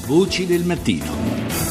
Voci del mattino.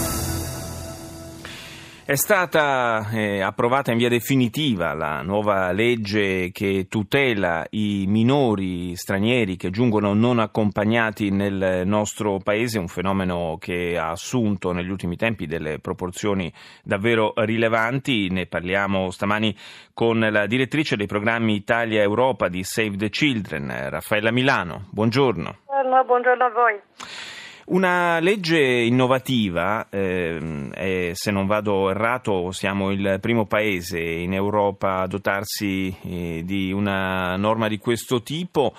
È stata approvata in via definitiva la nuova legge che tutela i minori stranieri che giungono non accompagnati nel nostro paese, un fenomeno che ha assunto negli ultimi tempi delle proporzioni davvero rilevanti. Ne parliamo stamani con la direttrice dei programmi Italia-Europa di Save the Children, Raffaella Milano. Buongiorno. Buongiorno a voi. Una legge innovativa, se non vado errato siamo il primo paese in Europa a dotarsi di una norma di questo tipo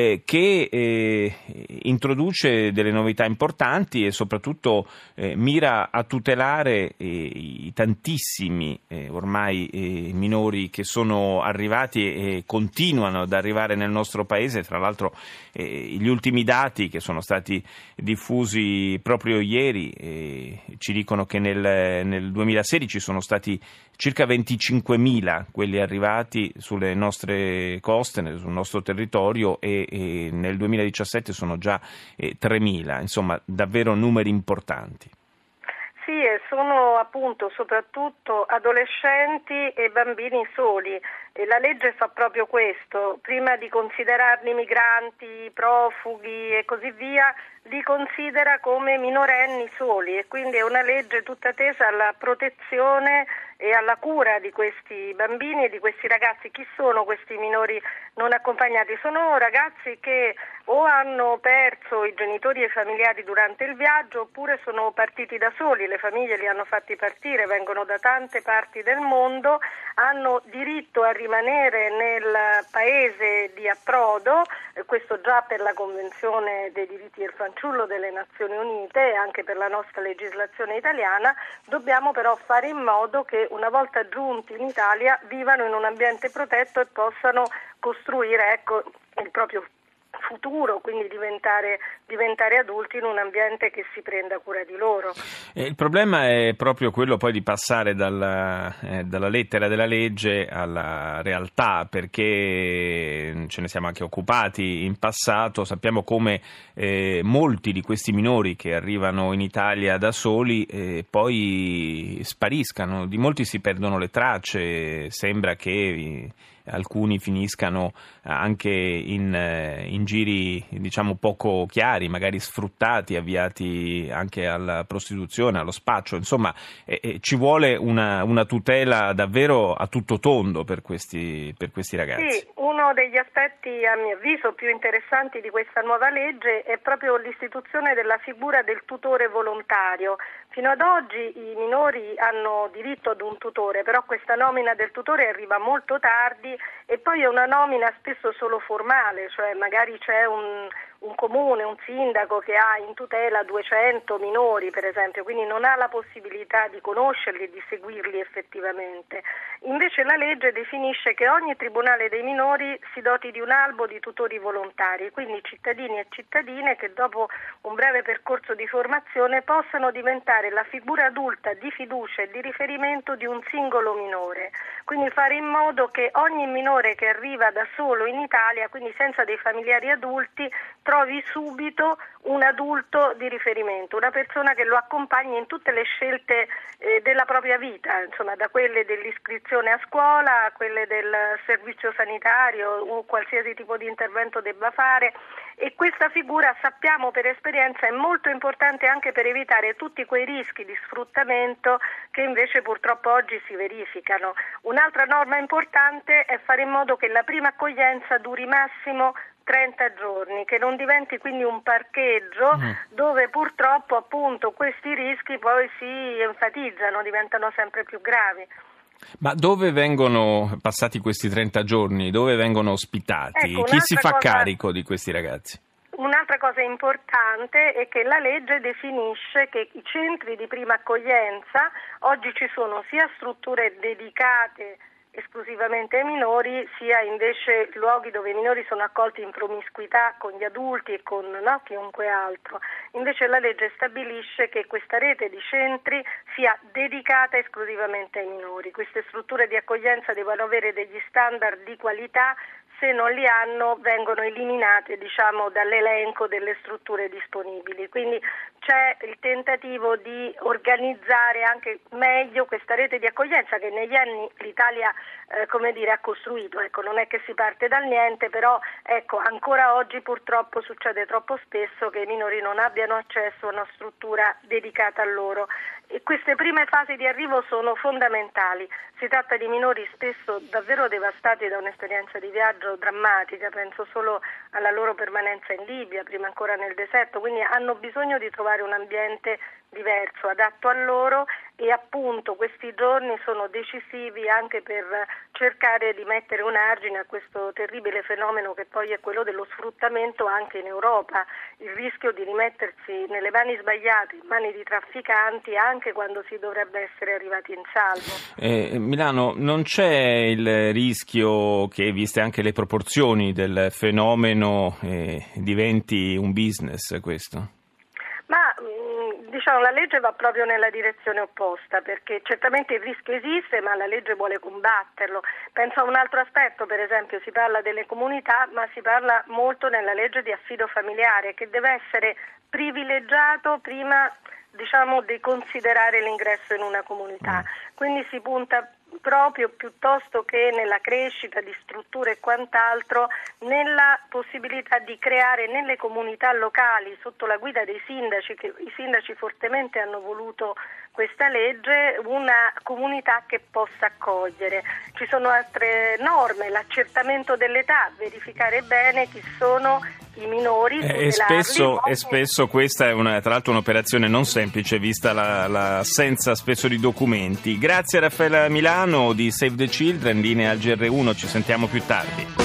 che introduce delle novità importanti e soprattutto mira a tutelare i tantissimi ormai minori che sono arrivati e continuano ad arrivare nel nostro paese. Tra l'altro gli ultimi dati che sono stati diffusi proprio ieri ci dicono che nel 2016 sono stati circa 25.000 quelli arrivati sulle nostre coste, sul nostro territorio, e nel 2017 sono già 3.000, insomma davvero numeri importanti. Sì, e sono appunto soprattutto adolescenti e bambini soli. E la legge fa proprio questo: prima di considerarli migranti, profughi e così via, li considera come minorenni soli, e quindi è una legge tutta tesa alla protezione e alla cura di questi bambini e di questi ragazzi. Chi sono questi minori non accompagnati? Sono ragazzi che o hanno perso i genitori e i familiari durante il viaggio, oppure sono partiti da soli, le famiglie li hanno fatti partire, vengono da tante parti del mondo, hanno diritto a rimanere nel paese di approdo, questo già per la Convenzione dei diritti del fanciullo delle Nazioni Unite e anche per la nostra legislazione italiana. Dobbiamo però fare in modo che una volta giunti in Italia vivano in un ambiente protetto e possano costruire il proprio futuro, quindi diventare adulti in un ambiente che si prenda cura di loro. Il problema è proprio quello poi di passare dalla lettera della legge alla realtà, perché ce ne siamo anche occupati in passato. Sappiamo come molti di questi minori che arrivano in Italia da soli poi spariscano, di molti si perdono le tracce, sembra che alcuni finiscano anche in giri diciamo poco chiari, magari sfruttati, avviati anche alla prostituzione, allo spaccio. Insomma ci vuole una tutela davvero a tutto tondo per questi ragazzi. Sì, uno degli aspetti a mio avviso più interessanti di questa nuova legge è proprio l'istituzione della figura del tutore volontario. Fino ad oggi i minori hanno diritto ad un tutore, però questa nomina del tutore arriva molto tardi e poi è una nomina spesso solo formale, cioè magari c'è un comune, un sindaco che ha in tutela 200 minori per esempio, quindi non ha la possibilità di conoscerli e di seguirli effettivamente. Invece la legge definisce che ogni tribunale dei minori si doti di un albo di tutori volontari, quindi cittadini e cittadine che dopo un breve percorso di formazione possano diventare la figura adulta di fiducia e di riferimento di un singolo minore, quindi fare in modo che ogni minore che arriva da solo in Italia, quindi senza dei familiari adulti, trovi subito un adulto di riferimento, una persona che lo accompagni in tutte le scelte della propria vita, insomma, da quelle dell'iscrizione a scuola a quelle del servizio sanitario o qualsiasi tipo di intervento debba fare. E questa figura, sappiamo per esperienza, è molto importante anche per evitare tutti quei rischi di sfruttamento che invece purtroppo oggi si verificano. Un'altra norma importante è fare in modo che la prima accoglienza duri massimo 30 giorni, che non diventi quindi un parcheggio dove purtroppo appunto questi rischi poi si enfatizzano, diventano sempre più gravi. Ma dove vengono passati questi 30 giorni? Dove vengono ospitati? Chi si fa carico di questi ragazzi? Un'altra cosa importante è che la legge definisce che i centri di prima accoglienza, oggi ci sono sia strutture dedicate esclusivamente ai minori, sia invece luoghi dove i minori sono accolti in promiscuità con gli adulti e con chiunque altro. Invece la legge stabilisce che questa rete di centri sia dedicata esclusivamente ai minori. Queste strutture di accoglienza devono avere degli standard di qualità, se non li hanno vengono eliminate dall'elenco delle strutture disponibili. Quindi c'è il tentativo di organizzare anche meglio questa rete di accoglienza che negli anni l'Italia ha costruito. Non è che si parte dal niente, però ancora oggi purtroppo succede troppo spesso che i minori non abbiano accesso a una struttura dedicata a loro. E queste prime fasi di arrivo sono fondamentali. Si tratta di minori spesso davvero devastati da un'esperienza di viaggio drammatica, penso solo alla loro permanenza in Libia, prima ancora nel deserto, quindi hanno bisogno di trovare un ambiente diverso, adatto a loro, e appunto questi giorni sono decisivi anche per cercare di mettere un argine a questo terribile fenomeno che poi è quello dello sfruttamento anche in Europa, il rischio di rimettersi nelle mani sbagliate, in mani di trafficanti anche quando si dovrebbe essere arrivati in salvo. Milano, non c'è il rischio che, viste anche le proporzioni del fenomeno, diventi un business questo? La legge va proprio nella direzione opposta, perché certamente il rischio esiste, ma la legge vuole combatterlo. Penso a un altro aspetto, per esempio si parla delle comunità, ma si parla molto nella legge di affido familiare, che deve essere privilegiato prima di considerare l'ingresso in una comunità. Quindi si punta proprio, piuttosto che nella crescita di strutture e quant'altro, nella possibilità di creare nelle comunità locali, sotto la guida dei sindaci, che i sindaci fortemente hanno voluto questa legge, una comunità che possa accogliere. Ci sono altre norme, l'accertamento dell'età, verificare bene chi sono i minori. E spesso questa è tra l'altro un'operazione non semplice, vista l'assenza spesso di documenti. Grazie a Raffaella Milano di Save the Children, linea al GR1, ci sentiamo più tardi.